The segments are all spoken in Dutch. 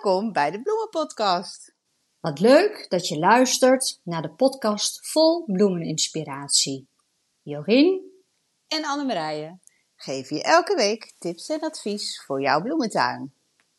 Welkom bij de Bloemenpodcast. Wat leuk dat je luistert naar de podcast vol bloemeninspiratie. Jorien en Annemarije geven je elke week tips en advies voor jouw bloementuin.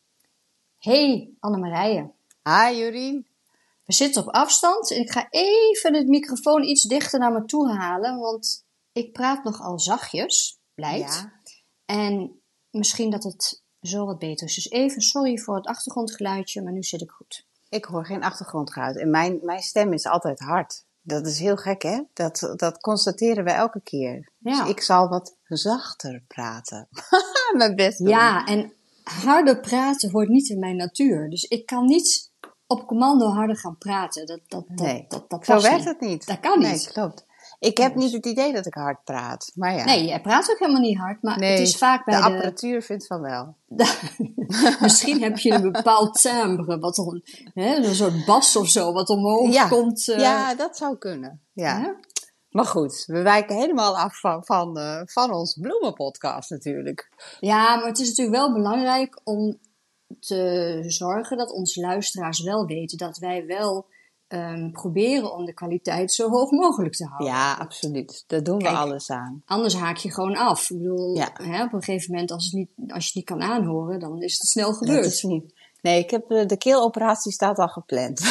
Hey Annemarije. Hi Jorien. We zitten op afstand en ik ga even het microfoon iets dichter naar me toe halen, want ik praat nogal zachtjes, blijkt. Ja. En misschien dat het zo wat beter is. Dus even sorry voor het achtergrondgeluidje, maar nu zit ik goed. Ik hoor geen achtergrondgeluid en mijn stem is altijd hard. Dat is heel gek, hè? Dat constateren we elke keer. Ja. Dus ik zal wat zachter praten. Mijn best doen. Ja, en harder praten hoort niet in mijn natuur. Dus ik kan niet op commando harder gaan praten. Dat Zo past werkt niet. het niet. Dat kan niet. Nee, klopt. Ik heb niet het idee dat ik hard praat. Maar ja. Nee, jij praat ook helemaal niet hard. Maar Nee, het is vaak bij de apparatuur vindt van wel. Misschien heb je een bepaald timbre. Wat een soort bas of zo. Wat omhoog komt. Ja, dat zou kunnen. Ja. Hè? Maar goed, we wijken helemaal af van ons bloemenpodcast natuurlijk. Ja, maar het is natuurlijk wel belangrijk om te zorgen dat onze luisteraars wel weten dat wij wel proberen om de kwaliteit zo hoog mogelijk te houden. Ja, absoluut. Daar doen we alles aan. Anders haak je gewoon af. Ik bedoel, Ja. op een gegeven moment als je het niet kan aanhoren, dan is het snel gebeurd. Dat is niet. Nee, ik heb de keeloperatie staat al gepland.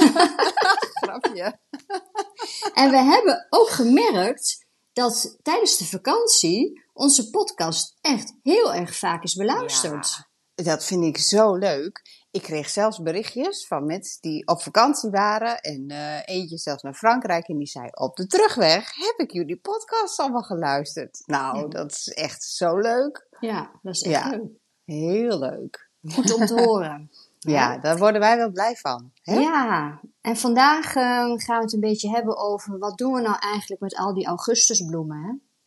Grapje. En we hebben ook gemerkt dat tijdens de vakantie onze podcast echt heel erg vaak is beluisterd. Ja, dat vind ik zo leuk. Ik kreeg zelfs berichtjes van mensen die op vakantie waren. En eentje zelfs naar Frankrijk. En die zei, op de terugweg heb ik jullie podcast allemaal geluisterd. Nou, Ja. dat is echt zo leuk. Ja, dat is echt leuk. Heel leuk. Goed om te horen. Ja, daar worden wij wel blij van. Hè? Ja, en vandaag gaan we het een beetje hebben over wat doen we nou eigenlijk met al die augustusbloemen, hè?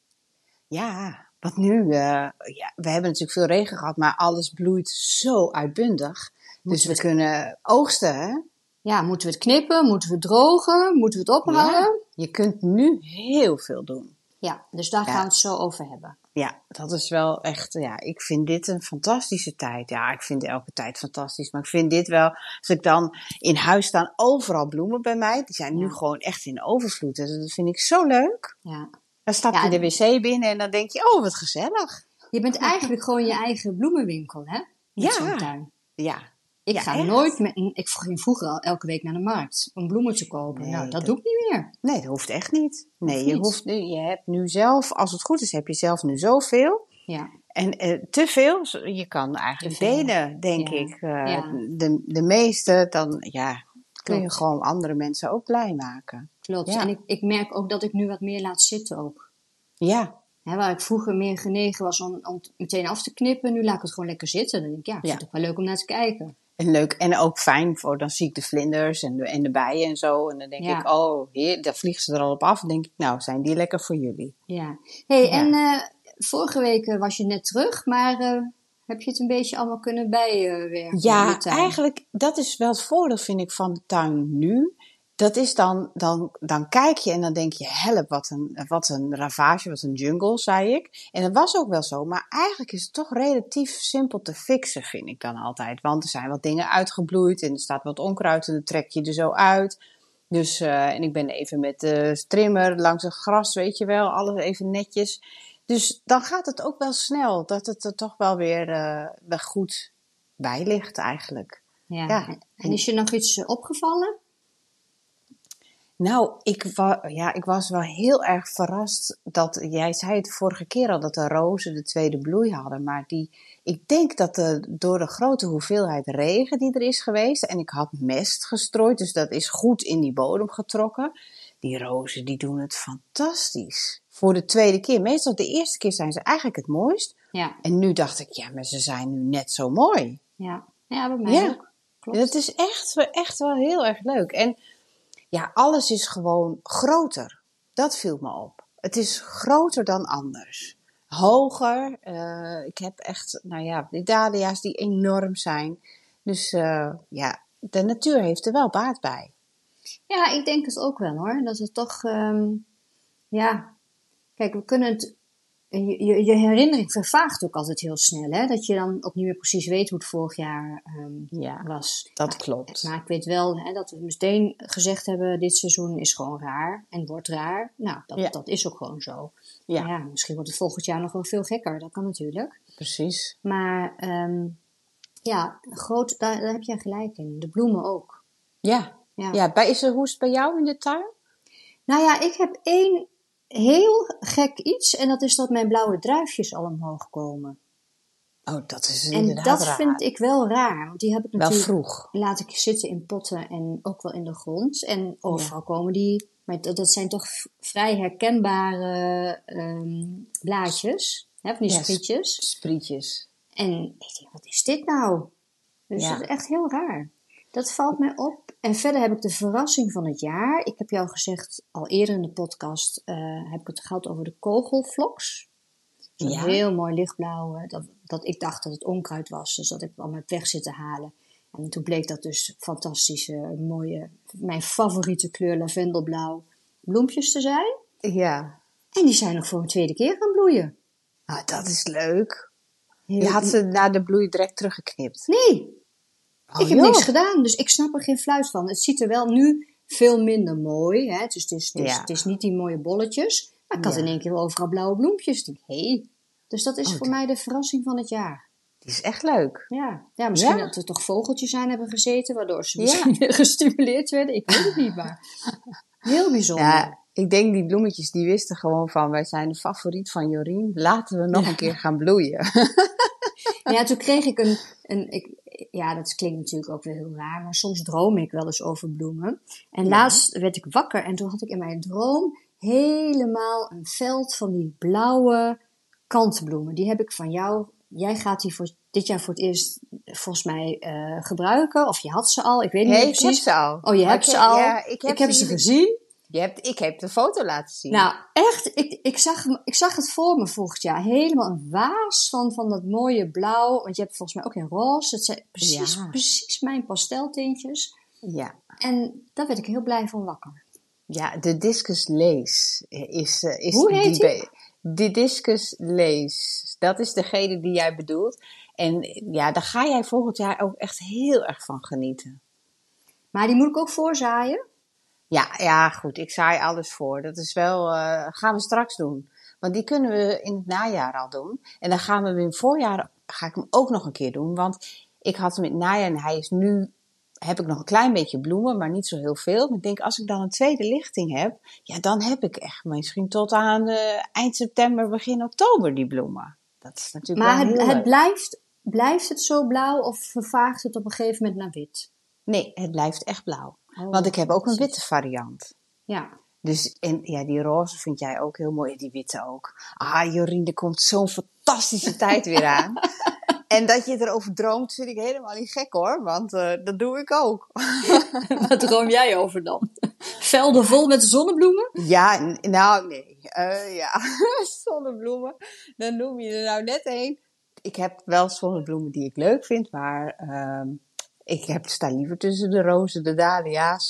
Ja, wat nu? We hebben natuurlijk veel regen gehad, maar alles bloeit zo uitbundig. Dus we kunnen oogsten, hè? Ja, moeten we het knippen? Moeten we het drogen? Moeten we het ophangen? Ja, je kunt nu heel veel doen. Ja, dus daar gaan we het zo over hebben. Ja, dat is wel echt, ik vind dit een fantastische tijd. Ja, ik vind elke tijd fantastisch, maar ik vind dit wel, als ik dan in huis staan, overal bloemen bij mij, die zijn nu gewoon echt in overvloed. Dus dat vind ik zo leuk. Ja. Dan stap je de wc binnen en dan denk je, oh wat gezellig. Je bent eigenlijk gewoon je eigen bloemenwinkel, hè? Met zo'n tuin. Ja. Ik ga nooit ik ging vroeger al elke week naar de markt om bloemen te kopen. Nee, nou, dat doe ik niet meer. Nee, dat hoeft echt niet. Nee, Hoeft niet. je hebt nu zelf, als het goed is, heb je zelf nu zoveel. Ja. En te veel, je kan eigenlijk delen, denk ik. De meeste, dan kun je gewoon andere mensen ook blij maken. Klopt. Ja. En ik merk ook dat ik nu wat meer laat zitten ook. Ja. Waar ik vroeger meer genegen was om meteen af te knippen, nu laat ik het gewoon lekker zitten. Dan denk ik, ik vind het ook wel leuk om naar te kijken. En leuk en ook fijn voor, dan zie ik de vlinders en de bijen en zo. En dan denk ik, daar vliegen ze er al op af. Dan denk ik, nou, zijn die lekker voor jullie. Ja. Hey, en vorige week was je net terug, maar heb je het een beetje allemaal kunnen bijwerken? Ja, eigenlijk, dat is wel het voordeel, vind ik, van de tuin nu. Dat is dan kijk je en dan denk je, help, wat een ravage, wat een jungle, zei ik. En dat was ook wel zo, maar eigenlijk is het toch relatief simpel te fixen, vind ik dan altijd. Want er zijn wat dingen uitgebloeid en er staat wat onkruid en dan trek je er zo uit. Dus, en ik ben even met de trimmer langs het gras, weet je wel, alles even netjes. Dus dan gaat het ook wel snel, dat het er toch wel weer goed bij ligt eigenlijk. Ja. En is je nog iets opgevallen? Nou, ik was wel heel erg verrast dat, jij zei het vorige keer al, dat de rozen de tweede bloei hadden. Maar ik denk dat door de grote hoeveelheid regen die er is geweest, en ik had mest gestrooid, dus dat is goed in die bodem getrokken. Die rozen, die doen het fantastisch. Voor de tweede keer. Meestal de eerste keer zijn ze eigenlijk het mooist. Ja. En nu dacht ik, maar ze zijn nu net zo mooi. Ja, bij mij ook. Klopt. Dat is echt wel heel erg leuk. En ja, alles is gewoon groter. Dat viel me op. Het is groter dan anders. Hoger. Ik heb echt, de dahlia's die enorm zijn. Dus de natuur heeft er wel baat bij. Ja, ik denk het ook wel hoor. Dat het toch, kijk, we kunnen het je herinnering vervaagt ook altijd heel snel. Hè? Dat je dan ook niet meer precies weet hoe het vorig jaar was. Dat klopt. Maar ik weet wel dat we meteen gezegd hebben, dit seizoen is gewoon raar en wordt raar. Nou, dat is ook gewoon zo. Ja. Ja, misschien wordt het volgend jaar nog wel veel gekker. Dat kan natuurlijk. Precies. Maar groot, daar heb jij gelijk in. De bloemen ook. Ja. Hoe is het bij jou in de tuin? Nou ja, ik heb één heel gek iets. En dat is dat mijn blauwe druifjes al omhoog komen. Oh, dat is en inderdaad dat raar. vind ik wel raar. Want die heb ik natuurlijk... Wel vroeg. Laat ik zitten in potten en ook wel in de grond. En overal komen die... Maar dat zijn toch vrij herkenbare blaadjes. Hè, van die sprietjes. Sprietjes. En ik denk, wat is dit nou? Dus dat is echt heel raar. Dat valt mij op. En verder heb ik de verrassing van het jaar. Ik heb jou gezegd, al eerder in de podcast, heb ik het gehad over de kogelvloks. Zo'n heel mooi lichtblauw. Dat ik dacht dat het onkruid was. Dus dat ik het allemaal weg zitten halen. En toen bleek dat dus fantastische, mooie, mijn favoriete kleur lavendelblauw bloempjes te zijn. Ja. En die zijn nog voor een tweede keer gaan bloeien. Nou, dat is leuk. Je had ze na de bloei direct teruggeknipt. Nee. Ik heb niks gedaan, dus ik snap er geen fluit van. Het ziet er wel nu veel minder mooi. Hè? Dus het is niet die mooie bolletjes. Maar ik had in één keer wel overal blauwe bloempjes. Ik denk, Dus dat is voor mij de verrassing van het jaar. Die is echt leuk. Ja, misschien dat er toch vogeltjes aan hebben gezeten, waardoor ze misschien weer gestimuleerd werden. Ik weet het niet, maar heel bijzonder. Ja, ik denk die bloemetjes die wisten gewoon van, wij zijn de favoriet van Jorien. Laten we nog een keer gaan bloeien. Ja, toen kreeg ik dat klinkt natuurlijk ook weer heel raar, maar soms droom ik wel eens over bloemen. En laatst werd ik wakker en toen had ik in mijn droom helemaal een veld van die blauwe kantenbloemen. Die heb ik van jou. Jij gaat die voor dit jaar voor het eerst volgens mij gebruiken. Of je had ze al, ik weet niet precies. Ik heb ze al. Oh, je hebt ze al. Ja, ik heb ze gezien. Ik heb de foto laten zien. Nou, echt, ik zag het voor me volgend jaar. Helemaal een waas van dat mooie blauw. Want je hebt volgens mij ook in roze. Het zijn precies mijn pasteltintjes. Ja. En daar werd ik heel blij van wakker. Ja, de Discus Lace is Hoe heet die? De Discus Lace. Dat is degene die jij bedoelt. En ja, daar ga jij volgend jaar ook echt heel erg van genieten. Maar die moet ik ook voorzaaien? Ja, goed. Ik zaai alles voor. Dat is wel, gaan we straks doen. Want die kunnen we in het najaar al doen. En dan gaan we in het voorjaar, ga ik hem ook nog een keer doen. Want ik had hem in het najaar en hij is nu, heb ik nog een klein beetje bloemen, maar niet zo heel veel. Maar ik denk, als ik dan een tweede lichting heb, ja, dan heb ik echt misschien tot aan eind september, begin oktober die bloemen. Dat is natuurlijk maar wel heel leuk. Blijft het zo blauw of vervaagt het op een gegeven moment naar wit? Nee, het blijft echt blauw. Want ik heb ook een witte variant. Ja. Dus, en ja, die roze vind jij ook heel mooi. En die witte ook. Ah, Jorien, er komt zo'n fantastische tijd weer aan. En dat je erover droomt, vind ik helemaal niet gek hoor. Want dat doe ik ook. Wat droom jij over dan? Velden vol met zonnebloemen? Ja, nou nee. Zonnebloemen. Dan noem je er nou net een. Ik heb wel zonnebloemen die ik leuk vind, maar ik sta liever tussen de rozen, de dahlia's,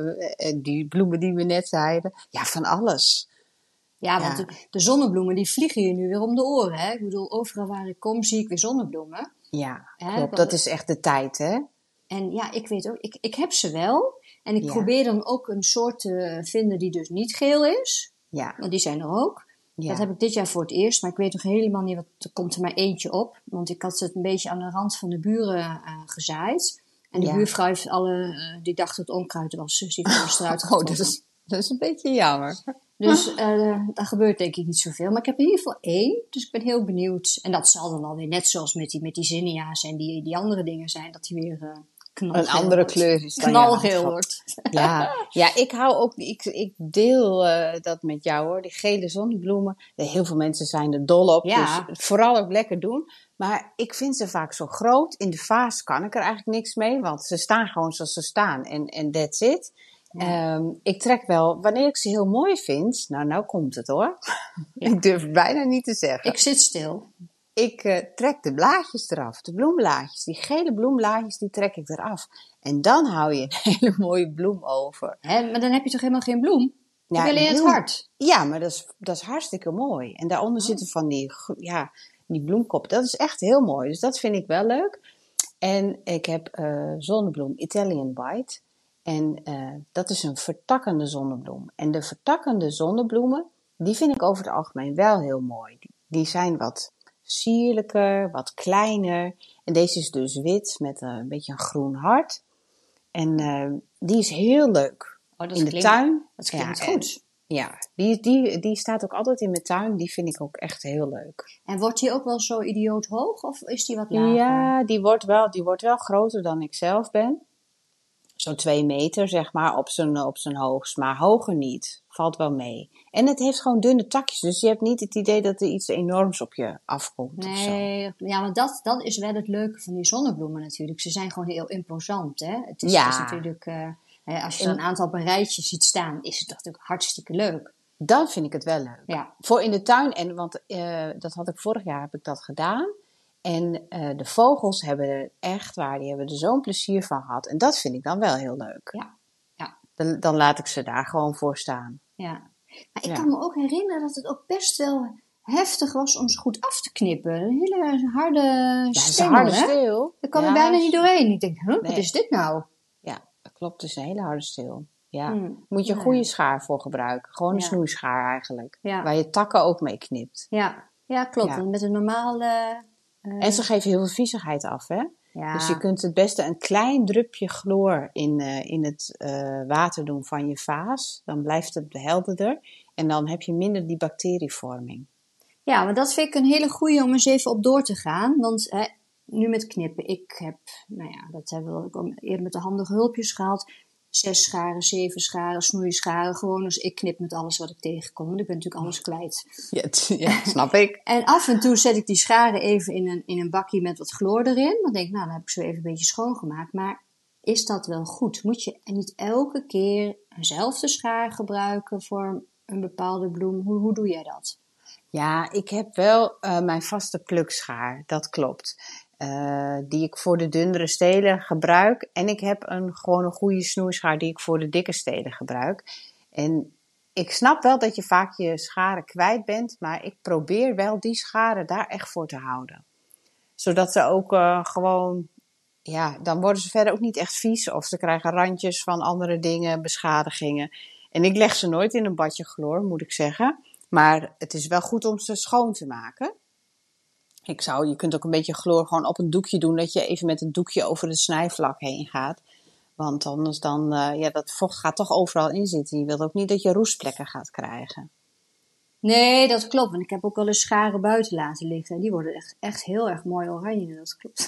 die bloemen die we net zeiden. Ja, van alles. Ja, want de zonnebloemen die vliegen je nu weer om de oren. Hè? Ik bedoel, overal waar ik kom zie ik weer zonnebloemen. Ja, klopt. Dat is echt de tijd, hè? En ja, ik weet ook, ik heb ze wel. En ik probeer dan ook een soort te vinden die dus niet geel is. Ja. Want die zijn er ook. Ja. Dat heb ik dit jaar voor het eerst, maar ik weet nog helemaal niet, wat er komt er maar eentje op. Want ik had het een beetje aan de rand van de buren gezaaid. En de buurvrouw heeft die dacht dat het onkruid was, dus die heeft eruit getrokken. Dat is een beetje jammer. Dus daar gebeurt denk ik niet zoveel. Maar ik heb in ieder geval 1, dus ik ben heel benieuwd. En dat zal dan wel weer net zoals met die zinnia's en die andere dingen zijn, dat die weer knalgeel een andere kleur is dan knalgeel wordt. Ja, ik hou ook, ik deel dat met jou hoor, die gele zonnebloemen. Heel veel mensen zijn er dol op, dus vooral ook lekker doen. Maar ik vind ze vaak zo groot. In de vaas kan ik er eigenlijk niks mee, want ze staan gewoon zoals ze staan en that's it. Ja. Ik trek wel, wanneer ik ze heel mooi vind, nou komt het hoor. Ja. Ik durf het bijna niet te zeggen. Ik zit stil. Ik trek de blaadjes eraf, de bloemblaadjes, die gele bloemblaadjes, die trek ik eraf. En dan hou je een hele mooie bloem over. Maar dan heb je toch helemaal geen bloem? Ja, heb je alleen het hart? Ja, maar dat is hartstikke mooi. En daaronder zitten van die bloemkoppen. Dat is echt heel mooi. Dus dat vind ik wel leuk. En ik heb zonnebloem Italian White. En dat is een vertakkende zonnebloem. En de vertakkende zonnebloemen, die vind ik over het algemeen wel heel mooi. Die zijn wat sierlijker, wat kleiner. En deze is dus wit met een beetje een groen hart. En die is heel leuk. Oh, in de tuin. Dat klinkt goed. Ja, die staat ook altijd in mijn tuin. Die vind ik ook echt heel leuk. En wordt die ook wel zo idioot hoog of is die wat lager? Ja, die wordt wel groter dan ik zelf ben. Zo'n 2 meter, zeg maar, op zijn hoogst. Maar hoger niet. Valt wel mee. En het heeft gewoon dunne takjes. Dus je hebt niet het idee dat er iets enorms op je afkomt. Nee, ja, maar dat is wel het leuke van die zonnebloemen natuurlijk. Ze zijn gewoon heel imposant, hè. Het is natuurlijk... als je er een aantal op een rijtje ziet staan, is het natuurlijk hartstikke leuk. Dan vind ik het wel leuk. Ja. Voor in de tuin, want dat had ik vorig jaar, heb ik dat gedaan. En de vogels hebben er echt waar, die hebben er zo'n plezier van gehad. En dat vind ik dan wel heel leuk. Ja. Dan laat ik ze daar gewoon voor staan. Ja. Maar ik kan me ook herinneren dat het ook best wel heftig was om ze goed af te knippen. Een hele harde stengel, harde steel. Daar kwam je bijna niet doorheen. Ik denk, nee. Wat is dit nou? Ja, dat klopt. Het is een hele harde steel. Ja. Moet je een goede schaar voor gebruiken. Gewoon een snoeischaar eigenlijk. Ja. Waar je takken ook mee knipt. Ja, klopt. Ja. Met een normale... En ze geven heel veel viezigheid af, hè? Ja. Dus je kunt het beste een klein drupje chloor in het water doen van je vaas. Dan blijft het helderder. En dan heb je minder die bacterievorming. Ja, maar dat vind ik een hele goeie om eens even op door te gaan. Want nu met knippen, ik heb, dat hebben we ook eerder met de handige hulpjes gehad. 6 scharen, 7 scharen, snoeischaren. Gewoon als ik knip met alles wat ik tegenkom. Want ik ben natuurlijk alles kwijt. Ja, snap ik. En af en toe zet ik die scharen even in een bakje met wat chloor erin. Dan denk ik, dan heb ik zo even een beetje schoongemaakt. Maar is dat wel goed? Moet je niet elke keer eenzelfde schaar gebruiken voor een bepaalde bloem? Hoe doe jij dat? Ja, ik heb wel mijn vaste plukschaar. Dat klopt. Die ik voor de dunnere stelen gebruik. En ik heb gewoon een goede snoeischaar die ik voor de dikke stelen gebruik. En ik snap wel dat je vaak je scharen kwijt bent. Maar ik probeer wel die scharen daar echt voor te houden. Zodat ze ook gewoon... Ja, dan worden ze verder ook niet echt vies. Of ze krijgen randjes van andere dingen, beschadigingen. En ik leg ze nooit in een badje chloor, moet ik zeggen. Maar het is wel goed om ze schoon te maken. Je kunt ook een beetje chloor gewoon op een doekje doen. Dat je even met een doekje over het snijvlak heen gaat. Want anders dat vocht gaat toch overal in zitten. Je wilt ook niet dat je roestplekken gaat krijgen. Nee, dat klopt. Want ik heb ook wel eens scharen buiten laten liggen. En die worden echt heel erg mooi oranje. Dat klopt.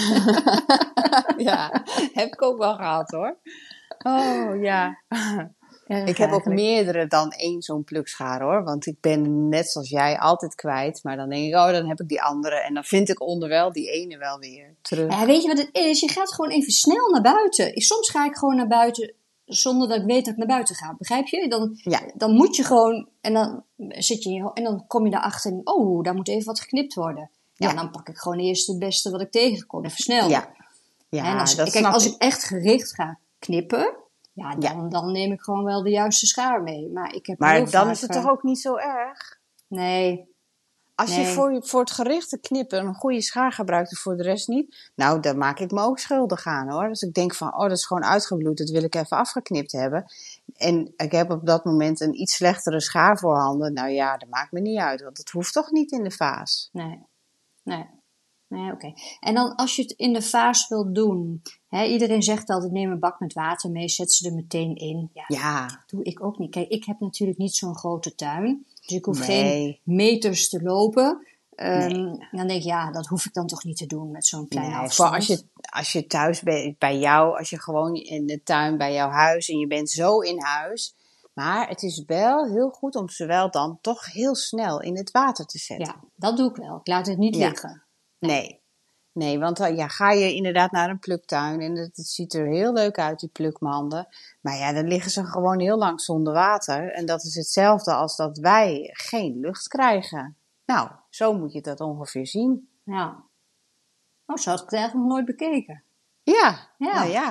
Ja, heb ik ook wel gehad hoor. Oh ja. Ik heb ook meerdere dan 1 zo'n plukschaar hoor. Want ik ben net zoals jij altijd kwijt. Maar dan denk ik, dan heb ik die andere. En dan vind ik onderwel die ene wel weer terug. Ja, weet je wat het is? Je gaat gewoon even snel naar buiten. Soms ga ik gewoon naar buiten zonder dat ik weet dat ik naar buiten ga. Begrijp je? Dan moet je gewoon... En dan zit je en dan kom je daarachter en daar moet even wat geknipt worden. Ja, dan pak ik gewoon eerst het beste wat ik tegenkom. Even snel. Ja, en als ik echt gericht ga knippen... Ja, dan neem ik gewoon wel de juiste schaar mee. Maar dan is het toch ook niet zo erg? Nee. Als je voor het gerichte knippen een goede schaar gebruikt en voor de rest niet... Nou, dan maak ik me ook schuldig aan hoor. Dus ik denk van, dat is gewoon uitgebloed. Dat wil ik even afgeknipt hebben. En ik heb op dat moment een iets slechtere schaar voorhanden. Nou ja, dat maakt me niet uit. Want het hoeft toch niet in de vaas? Nee, oké. En dan als je het in de vaas wilt doen... iedereen zegt altijd, neem een bak met water mee, zet ze er meteen in. Ja. Dat doe ik ook niet. Kijk, ik heb natuurlijk niet zo'n grote tuin. Dus ik hoef geen meters te lopen. Dan denk ik, dat hoef ik dan toch niet te doen met zo'n klein afstand. Voor als je thuis bent bij jou, als je gewoon in de tuin bij jouw huis... en je bent zo in huis... Maar het is wel heel goed om ze wel dan toch heel snel in het water te zetten. Ja, dat doe ik wel. Ik laat het niet liggen. Nee, want ga je inderdaad naar een pluktuin en het ziet er heel leuk uit, die plukmanden. Maar dan liggen ze gewoon heel lang zonder water. En dat is hetzelfde als dat wij geen lucht krijgen. Nou, zo moet je dat ongeveer zien. Ja. Zo had ik het eigenlijk nog nooit bekeken. Ja. Nou ja.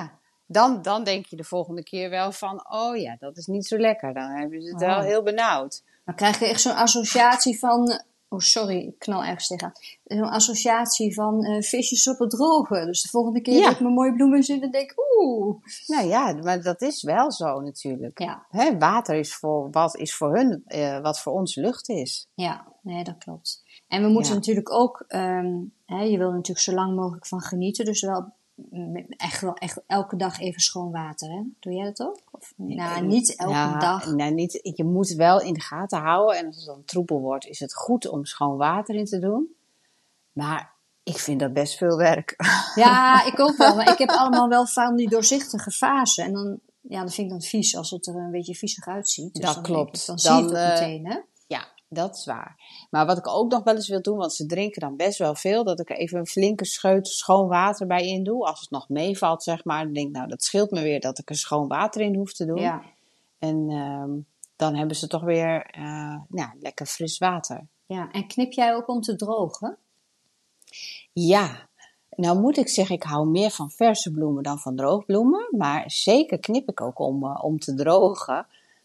dan denk je de volgende keer wel van, oh ja, dat is niet zo lekker. Dan hebben ze het wel heel benauwd. Dan krijg je echt zo'n associatie van... Oh, sorry, ik knal ergens tegenaan. Zo'n associatie van visjes op het droge. Dus de volgende keer dat ik mijn mooie bloemen zie, dan denk ik, Nou ja, maar dat is wel zo natuurlijk. Ja. Hè, water is voor hun wat voor ons lucht is. Ja, nee, dat klopt. En we moeten natuurlijk ook... je wil natuurlijk zo lang mogelijk van genieten. Dus wel echt elke dag even schoon water, hè? Doe jij dat ook? Of, niet elke dag. Nou, niet, je moet wel in de gaten houden. En als het dan troebel wordt, is het goed om schoon water in te doen. Maar ik vind dat best veel werk. Ja, ik ook wel. Maar ik heb allemaal wel van die doorzichtige fasen. En dan vind ik dan vies als het er een beetje viezig uitziet. Dus dat dan klopt. Dan zie je het ook meteen, hè? Ja, dat is waar. Maar wat ik ook nog wel eens wil doen, want ze drinken dan best wel veel, dat ik er even een flinke scheut schoon water bij in doe. Als het nog meevalt, zeg maar. Dan denk ik, nou, dat scheelt me weer dat ik er schoon water in hoef te doen. Ja. En dan hebben ze toch weer lekker fris water. Ja, en knip jij ook om te drogen? Ja, nou moet ik zeggen, ik hou meer van verse bloemen dan van droogbloemen. Maar zeker knip ik ook om te drogen.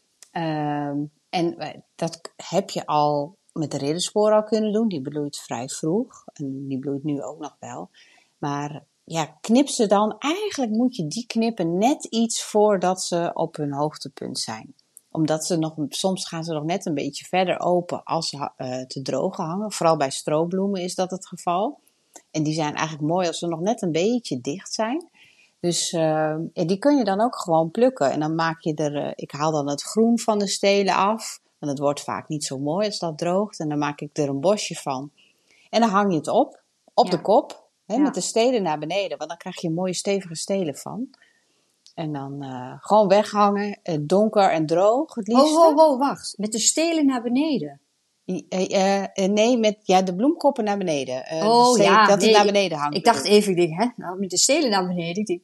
En dat heb je al met de ridderspoor al kunnen doen. Die bloeit vrij vroeg. En die bloeit nu ook nog wel. Maar ja, knip ze dan. Eigenlijk moet je die knippen net iets voordat ze op hun hoogtepunt zijn. Omdat soms gaan ze nog net een beetje verder open als ze te drogen hangen. Vooral bij stroobloemen is dat het geval. En die zijn eigenlijk mooi als ze nog net een beetje dicht zijn. Dus die kun je dan ook gewoon plukken. En dan maak je ik haal dan het groen van de stelen af. Want het wordt vaak niet zo mooi als dat droogt. En dan maak ik er een bosje van. En dan hang je het op de kop. Met de stelen naar beneden. Want dan krijg je mooie stevige stelen van. En dan gewoon weghangen. Donker en droog het liefst. Wacht. Met de stelen naar beneden? Nee, met de bloemkoppen naar beneden. Het naar beneden hangt. Ik dacht even, met de stelen naar beneden.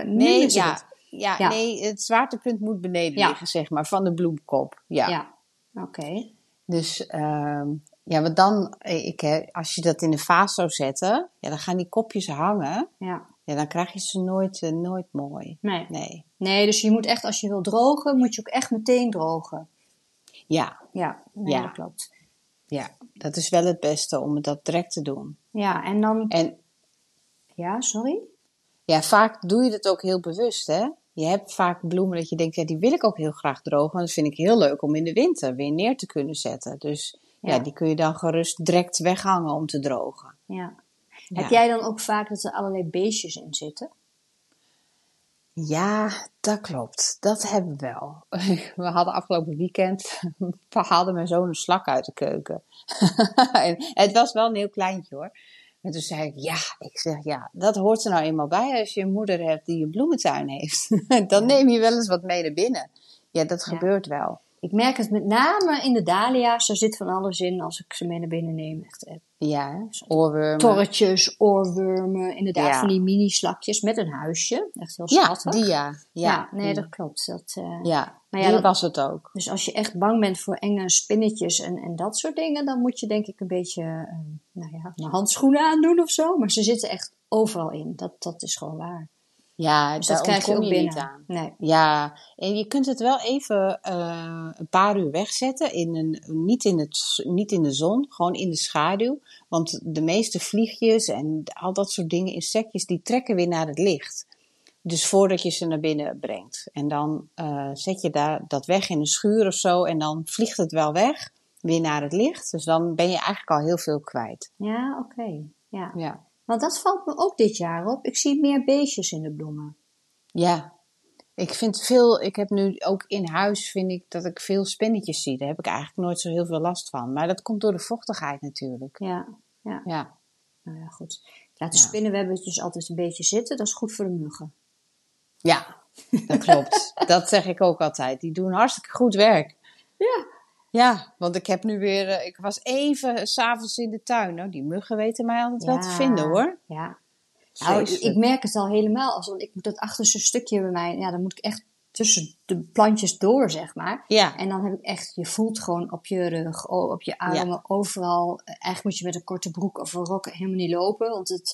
Nee, het zwaartepunt moet beneden liggen, zeg maar, van de bloemkop. Ja, oké. Dus, want dan, als je dat in de vaas zou zetten, dan gaan die kopjes hangen. Ja, dan krijg je ze nooit mooi. Nee, dus je moet echt, als je wil drogen, moet je ook echt meteen drogen. Ja. Dat klopt. Ja, dat is wel het beste om dat direct te doen. Ja, en dan... Ja, sorry? Ja, vaak doe je dat ook heel bewust, hè. Je hebt vaak bloemen dat je denkt, die wil ik ook heel graag drogen. Want dat vind ik heel leuk om in de winter weer neer te kunnen zetten. Dus die kun je dan gerust direct weghangen om te drogen. Ja. Heb jij dan ook vaak dat er allerlei beestjes in zitten? Ja, dat klopt. Dat hebben we wel. We hadden afgelopen weekend, haalde mijn zoon een slak uit de keuken. En het was wel een heel kleintje hoor. En toen zei ik, dat hoort er nou eenmaal bij als je een moeder hebt die een bloementuin heeft. Dan neem je wel eens wat mee naar binnen. Ja, dat gebeurt wel. Ik merk het met name in de dahlia's. Er zit van alles in als ik ze mee naar binnen neem. Echt, ja, oorwormen. Torretjes, oorwormen. Inderdaad, van die mini-slakjes met een huisje. Echt heel schattig. Ja, dat klopt. Die was het ook. Dus als je echt bang bent voor enge spinnetjes en dat soort dingen, dan moet je denk ik een beetje handschoenen aandoen of zo. Maar ze zitten echt overal in. Dat is gewoon waar. Ja, dus daar dat krijg je ook binnen. Niet aan. Nee. Ja, en je kunt het wel even een paar uur wegzetten. Niet in de zon, gewoon in de schaduw. Want de meeste vliegjes en al dat soort dingen, insectjes, die trekken weer naar het licht. Dus voordat je ze naar binnen brengt. En dan zet je dat weg in een schuur of zo. En dan vliegt het wel weg, weer naar het licht. Dus dan ben je eigenlijk al heel veel kwijt. Ja, oké. Ja. Want dat valt me ook dit jaar op. Ik zie meer beestjes in de bloemen. Ja, ik heb nu ook in huis, vind ik, dat ik veel spinnetjes zie. Daar heb ik eigenlijk nooit zo heel veel last van. Maar dat komt door de vochtigheid natuurlijk. Ja. Ja. Nou ja, goed. Laten spinnenwebbetjes altijd een beetje zitten. Dat is goed voor de muggen. Ja, dat klopt. Dat zeg ik ook altijd. Die doen hartstikke goed werk. Ja, want ik heb nu weer... ik was even 's avonds in de tuin. Nou, die muggen weten mij altijd wel te vinden, hoor. Ja. Nou, ik merk het al helemaal. Want ik moet dat achterste stukje bij mij... Ja, dan moet ik echt tussen de plantjes door, zeg maar. Ja. En dan heb ik echt... Je voelt gewoon op je rug, op je armen, overal. Eigenlijk moet je met een korte broek of een rok helemaal niet lopen. Want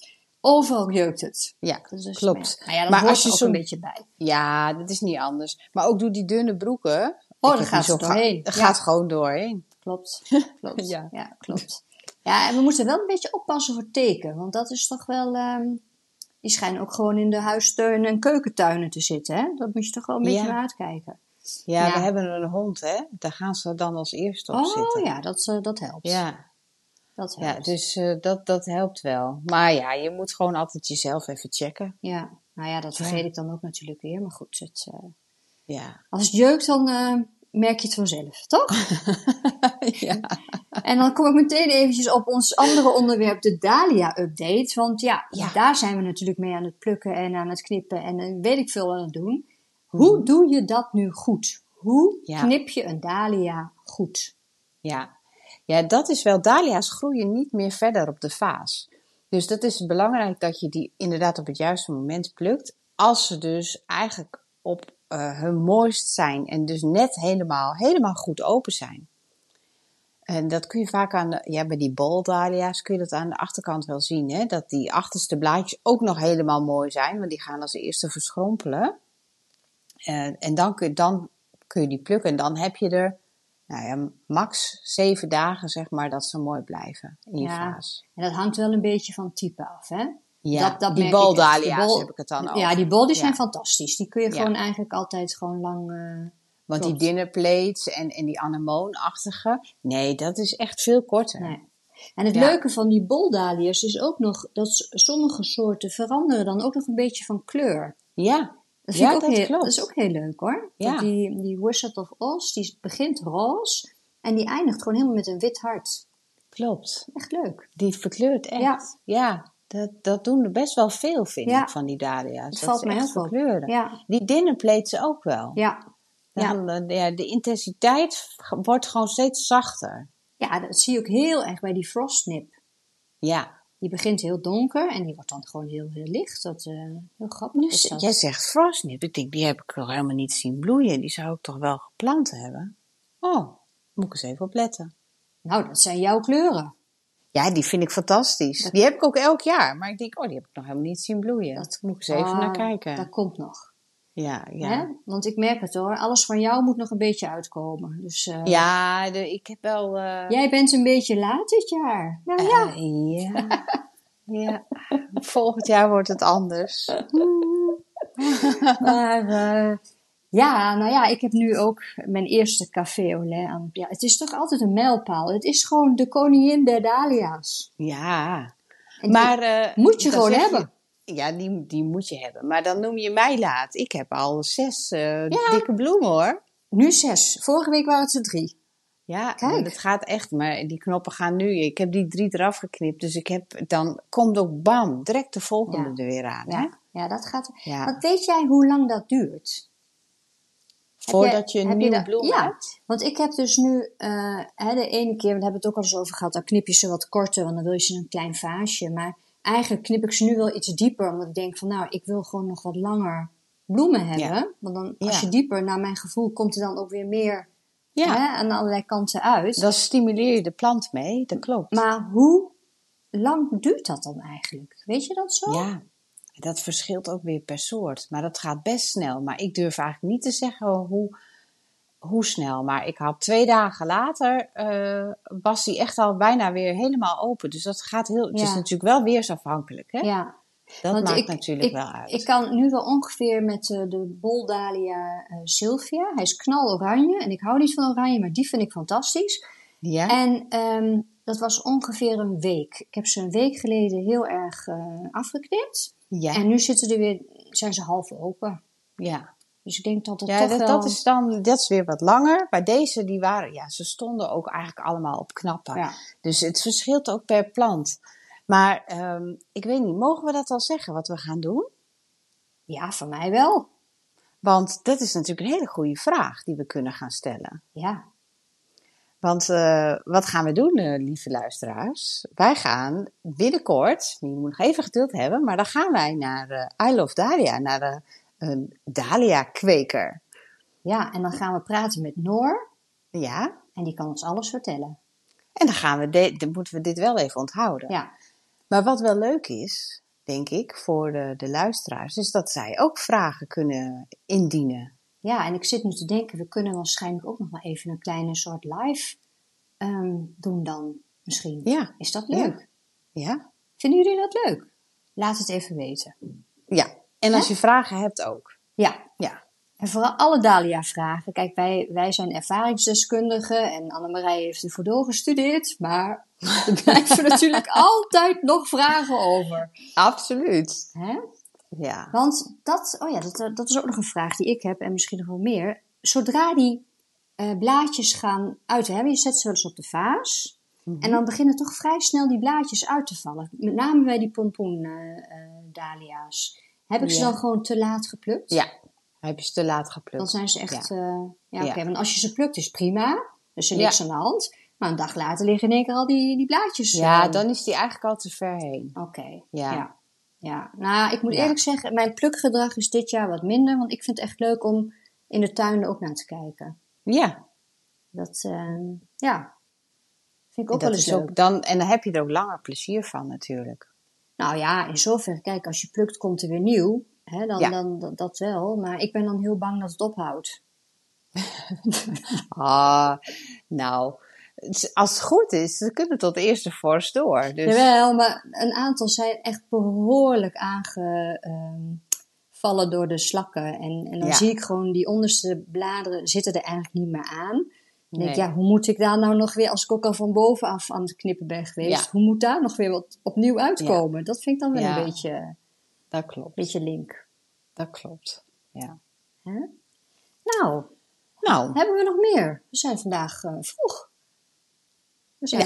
overal jeukt het. Ja, Dus, klopt. Maar ja, dat Maar hoort als je er ook zo... een beetje bij. Ja, dat is niet anders. Maar ook doe die dunne broeken. Oh, daar gaat het doorheen. Dat gaat gewoon doorheen. Klopt. Ja. Ja, klopt. Ja, en we moeten wel een beetje oppassen voor teken. Want dat is toch wel... die schijnen ook gewoon in de huistuinen en keukentuinen te zitten. Hè? Dat moet je toch wel een beetje naar uitkijken. Ja, we hebben een hond, hè. Daar gaan ze dan als eerste op zitten. Oh ja, dat helpt. Ja. Dat helpt. Ja, dus dat helpt wel. Maar ja, je moet gewoon altijd jezelf even checken. Ja, nou ja, dat vergeet ik dan ook natuurlijk weer. Maar goed, ja. als het jeukt, dan merk je het vanzelf, toch? Ja. En dan kom ik meteen eventjes op ons andere onderwerp, de Dahlia-update. Want ja, daar zijn we natuurlijk mee aan het plukken en aan het knippen en weet ik veel aan het doen. Hoe doe je dat nu goed? Hoe knip je een dahlia goed? Ja, dat is wel. Dahlia's groeien niet meer verder op de vaas. Dus dat is belangrijk dat je die inderdaad op het juiste moment plukt. Als ze dus eigenlijk op hun mooist zijn en dus net helemaal goed open zijn. En dat kun je vaak bij die boldahlia's kun je dat aan de achterkant wel zien. Hè? Dat die achterste blaadjes ook nog helemaal mooi zijn, want die gaan als eerste verschrompelen. En dan kun je die plukken en dan heb je er max 7 dagen, zeg maar, dat ze mooi blijven in je vaas. En dat hangt wel een beetje van type af, hè? Ja, dat die boldahlia's heb ik het dan over. Ja, die bol die zijn fantastisch. Die kun je gewoon eigenlijk altijd gewoon lang... Want die dinner plates en die anemoonachtige, nee, dat is echt veel korter. Nee. En het leuke van die boldahlia's is ook nog dat sommige soorten veranderen dan ook nog een beetje van kleur. Ja. Dat vind ik ook klopt. Dat is ook heel leuk, hoor. Ja. Die Wizard of Oz, die begint roze en die eindigt gewoon helemaal met een wit hart. Klopt. Echt leuk. Die verkleurt echt. Ja. Dat doen er best wel veel, vind ik, van die dahlia's. Het valt mij heel verkleuren. Ja. Die dinner plates ook wel. Ja. De intensiteit wordt gewoon steeds zachter. Ja, dat zie je ook heel erg bij die frostnip. Ja. Die begint heel donker en die wordt dan gewoon heel licht. Dat heel grappig. Dus jij zegt frostnip. Ik denk, die heb ik nog helemaal niet zien bloeien. Die zou ik toch wel geplant hebben. Oh, moet ik eens even op letten. Nou, dat zijn jouw kleuren. Ja, die vind ik fantastisch. Die heb ik ook elk jaar. Maar ik denk, die heb ik nog helemaal niet zien bloeien. Dat moet ik eens even naar kijken. Dat komt nog. Ja. Hè? Want ik merk het, hoor. Alles van jou moet nog een beetje uitkomen. Dus, ik heb wel... Jij bent een beetje laat dit jaar. Nou ja. Ja. Volgend jaar wordt het anders. Maar ik heb nu ook mijn eerste café au lait aan. Ja, het is toch altijd een mijlpaal. Het is gewoon de koningin der dahlia's. Ja. Maar moet je gewoon hebben. Ja, die moet je hebben. Maar dan noem je mij laat. Ik heb al 6 dikke bloemen, hoor. Nu 6. Vorige week waren het er 3. Ja, dat gaat echt. Maar die knoppen gaan nu. Ik heb die 3 eraf geknipt. Dus dan komt ook bam, direct de volgende er weer aan. Ja, hè? Ja dat gaat. Ja. Want weet jij hoe lang dat duurt? Voordat je een nieuwe bloem hebt? Want ik heb dus nu, de ene keer, we hebben het ook al eens over gehad, dan knip je ze wat korter, want dan wil je ze in een klein vaasje. Maar eigenlijk knip ik ze nu wel iets dieper, omdat ik denk van, nou, ik wil gewoon nog wat langer bloemen hebben. Ja. Want dan, als je dieper, naar mijn gevoel, komt er dan ook weer meer aan allerlei kanten uit. Dan stimuleer je de plant mee, dat klopt. Maar hoe lang duurt dat dan eigenlijk? Weet je dat zo? Ja. Dat verschilt ook weer per soort. Maar dat gaat best snel. Maar ik durf eigenlijk niet te zeggen hoe snel. Maar ik had 2 dagen later, was die echt al bijna weer helemaal open. Dus dat gaat het is natuurlijk wel weersafhankelijk. Hè? Ja. Dat maakt natuurlijk wel uit. Ik kan nu wel ongeveer met de boldahlia Sylvia. Hij is knaloranje. En ik hou niet van oranje, maar die vind ik fantastisch. Ja. En dat was ongeveer een week. Ik heb ze een week geleden heel erg afgeknipt. Ja. En nu zijn ze half open. Ja. Dus ik denk dat het toch wel... Dat is weer wat langer. Bij deze, ze stonden ook eigenlijk allemaal op knappen. Ja. Dus het verschilt ook per plant. Maar ik weet niet, mogen we dat al zeggen wat we gaan doen? Ja, voor mij wel. Want dat is natuurlijk een hele goede vraag die we kunnen gaan stellen. Ja. Want wat gaan we doen, lieve luisteraars? Wij gaan binnenkort, je moet nog even geduld hebben, maar dan gaan wij naar I Love Dahlia, naar een dahlia-kweker. Ja, en dan gaan we praten met Noor. Ja. En die kan ons alles vertellen. En dan moeten we dit wel even onthouden. Ja. Maar wat wel leuk is, denk ik, voor de luisteraars. Dus dat zij ook vragen kunnen indienen. Ja, en ik zit nu te denken, we kunnen waarschijnlijk ook nog wel even een kleine soort live doen dan misschien. Ja. Is dat leuk? Ja. Vinden jullie dat leuk? Laat het even weten. Ja. En als je vragen hebt ook. Ja. Ja. En vooral alle Dahlia-vragen. Kijk, wij zijn ervaringsdeskundigen en Annemarij heeft ervoor doorgestudeerd. Maar er blijven natuurlijk altijd nog vragen over. Absoluut. Hè? Ja. Want dat is ook nog een vraag die ik heb en misschien nog wel meer. Zodra die blaadjes gaan uit te hebben, je zet ze wel eens op de vaas. En dan beginnen toch vrij snel die blaadjes uit te vallen. Met name bij die pompoen dahlia's. Heb ik ze dan gewoon te laat geplukt? Ja, heb je ze te laat geplukt. Dan zijn ze echt... Ja. Oké, want als je ze plukt is prima. Dus er is niks aan de hand. Maar een dag later liggen in één keer al die blaadjes. Ja, dan is die eigenlijk al te ver heen. Oké, Ja. ja. Nou, ik moet eerlijk zeggen, mijn plukgedrag is dit jaar wat minder. Want ik vind het echt leuk om in de tuin er ook naar te kijken. Ja. Dat, vind ik ook wel eens leuk. En dan heb je er ook langer plezier van natuurlijk. Nou ja, in zoverre, kijk, als je plukt komt er weer nieuw. Hè, dan dat wel. Maar ik ben dan heel bang dat het ophoudt. Nou, als het goed is, dan kunnen we tot de eerste vorst door. Dus... Jawel, maar een aantal zijn echt behoorlijk aangevallen door de slakken. En dan zie ik gewoon die onderste bladeren zitten er eigenlijk niet meer aan. Dan denk ik, hoe moet ik daar nou nog weer, als ik ook al van bovenaf aan het knippen ben geweest, hoe moet daar nog weer wat opnieuw uitkomen? Ja. Dat vind ik dan wel een beetje... Dat klopt. Beetje link. Dat klopt, ja. Huh? Nou, hebben we nog meer? We zijn vandaag vroeg. We zijn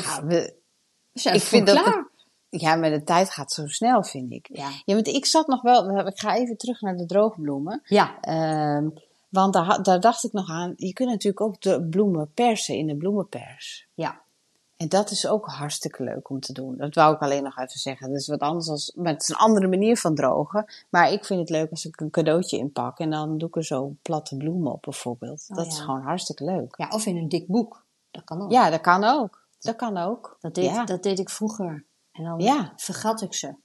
vroeg klaar. Maar de tijd gaat zo snel, vind ik. Ja, want ik zat nog wel... Ik ga even terug naar de droogbloemen. Ja. Want daar dacht ik nog aan. Je kunt natuurlijk ook de bloemen persen in de bloemenpers. Ja. En dat is ook hartstikke leuk om te doen. Dat wou ik alleen nog even zeggen. Dat is wat anders maar het is een andere manier van drogen. Maar ik vind het leuk als ik een cadeautje inpak. En dan doe ik er zo platte bloemen op bijvoorbeeld. Dat is gewoon hartstikke leuk. Ja, of in een dik boek. Dat kan ook. Ja, dat kan ook. Dat kan ook. Dat deed ik vroeger. En dan vergat ik ze.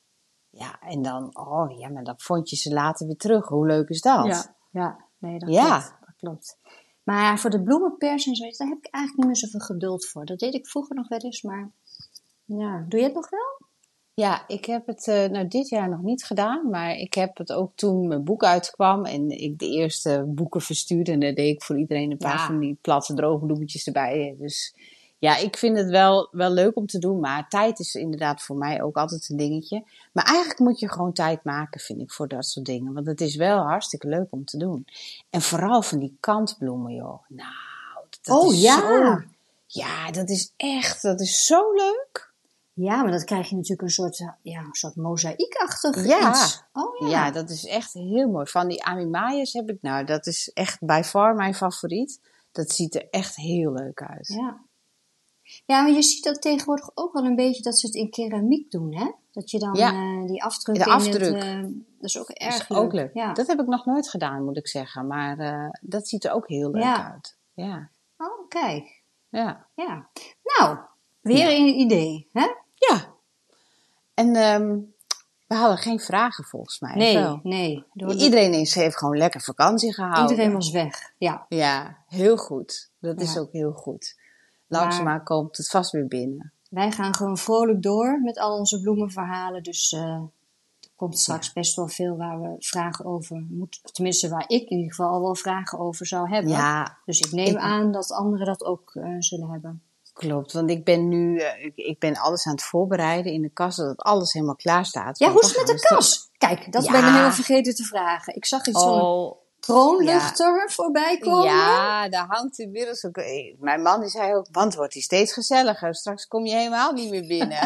Ja, en dan... maar dan vond je ze later weer terug. Hoe leuk is dat? Ja. Nee, dat klopt. Maar voor de bloemenpers en zo, daar heb ik eigenlijk niet meer zoveel geduld voor. Dat deed ik vroeger nog wel eens, maar ja. Doe je het nog wel? Ja, ik heb het dit jaar nog niet gedaan, maar ik heb het ook toen mijn boek uitkwam en ik de eerste boeken verstuurde. En daar deed ik voor iedereen een paar van die platte droge bloemetjes erbij. Dus ja, ik vind het wel leuk om te doen, maar tijd is inderdaad voor mij ook altijd een dingetje. Maar eigenlijk moet je gewoon tijd maken, vind ik, voor dat soort dingen. Want het is wel hartstikke leuk om te doen. En vooral van die kantbloemen, joh. Nou, dat is zo... Ja, dat is zo leuk. Ja, maar dat krijg je natuurlijk een soort mozaïekachtig iets. Ja, dat is echt heel mooi. Van die Amimayas heb ik, dat is echt by far mijn favoriet. Dat ziet er echt heel leuk uit. Ja, maar je ziet dat tegenwoordig ook wel een beetje dat ze het in keramiek doen, hè? Dat je dan die afdruk de afdruk. Dat is ook erg leuk. Ook leuk. Ja. Dat heb ik nog nooit gedaan, moet ik zeggen. Maar dat ziet er ook heel leuk uit. Ja. Oh, kijk. Ja. Nou, weer een idee, hè? Ja. En we hadden geen vragen volgens mij. Nee. Iedereen heeft gewoon lekker vakantie gehouden. Iedereen was weg, ja. Ja, heel goed. Dat is ook heel goed. Langzaamaan komt het vast weer binnen. Wij gaan gewoon vrolijk door met al onze bloemenverhalen. Dus er komt straks best wel veel waar we vragen over moeten. Tenminste, waar ik in ieder geval al wel vragen over zou hebben. Ja, dus ik neem aan dat anderen dat ook zullen hebben. Klopt, want ik ben nu alles aan het voorbereiden in de kast, dat alles helemaal klaar staat. Ja, hoe is het met de kas? Kijk, dat ben ik helemaal vergeten te vragen. Ik zag iets van een troonluchter voorbij komen. Ja, daar hangt inmiddels ook... Mijn man die zei ook, want wordt die steeds gezelliger. Straks kom je helemaal niet meer binnen.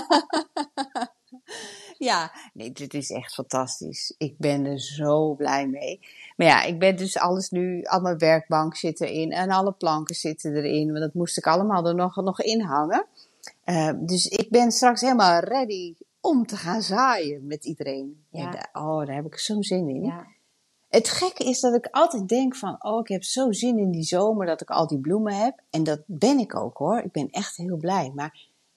Ja, nee, dit is echt fantastisch. Ik ben er zo blij mee. Maar ja, ik ben dus alles nu... Al mijn werkbank zit erin en alle planken zitten erin. Want dat moest ik allemaal er nog in hangen. Dus ik ben straks helemaal ready om te gaan zaaien met iedereen. Ja. Daar heb ik zo'n zin in. Ja. Het gekke is dat ik altijd denk van... ik heb zo zin in die zomer dat ik al die bloemen heb. En dat ben ik ook hoor. Ik ben echt heel blij. Maar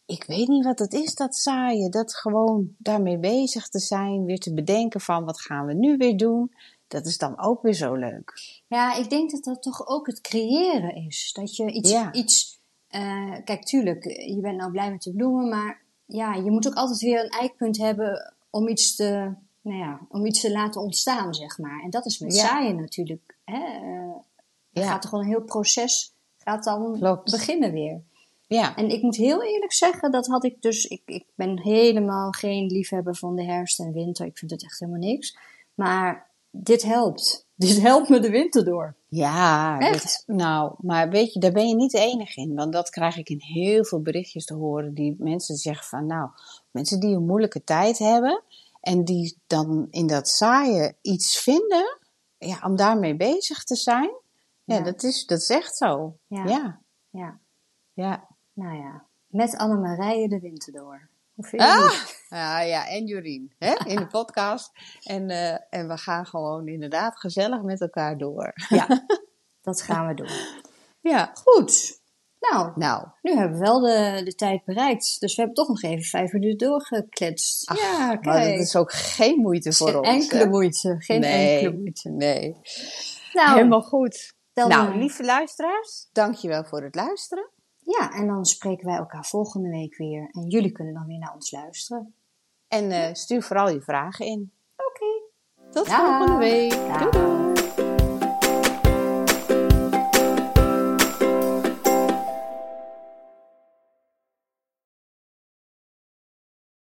ik weet niet wat het is, dat saaien. Dat gewoon daarmee bezig te zijn, weer te bedenken van wat gaan we nu weer doen. Dat is dan ook weer zo leuk. Ja, ik denk dat dat toch ook het creëren is. Dat je iets kijk, tuurlijk, je bent nou blij met de bloemen, maar ja, je moet ook altijd weer een eikpunt hebben om iets te laten ontstaan, zeg maar. En dat is met zaaien natuurlijk. Hè? Gaat er gewoon een heel proces, gaat dan beginnen weer. Ja. En ik moet heel eerlijk zeggen, dat had ik dus... Ik ben helemaal geen liefhebber van de herfst en winter. Ik vind het echt helemaal niks. Maar dit helpt. Dit helpt me de winter door. Ja, maar weet je, daar ben je niet de enige in. Want dat krijg ik in heel veel berichtjes te horen. Die mensen zeggen van, mensen die een moeilijke tijd hebben. En die dan in dat saaien iets vinden. Ja, om daarmee bezig te zijn. Ja, dat is echt zo. Ja. Nou ja, met Annemarije de winter door. Hoe vind je dat? Ja, en Jorien, hè, in de podcast. En we gaan gewoon inderdaad gezellig met elkaar door. Ja, dat gaan we doen. Ja. Goed. Nou, nu hebben we wel de tijd bereikt. Dus we hebben toch nog even 5 minuten doorgekletst. Kijk. Maar dat is ook geen moeite voor ons. Geen enkele moeite. Nee. Helemaal goed. Lieve luisteraars, dankjewel voor het luisteren. Ja, en dan spreken wij elkaar volgende week weer. En jullie kunnen dan weer naar ons luisteren. En stuur vooral je vragen in. Oké. Tot volgende week. Doei doei.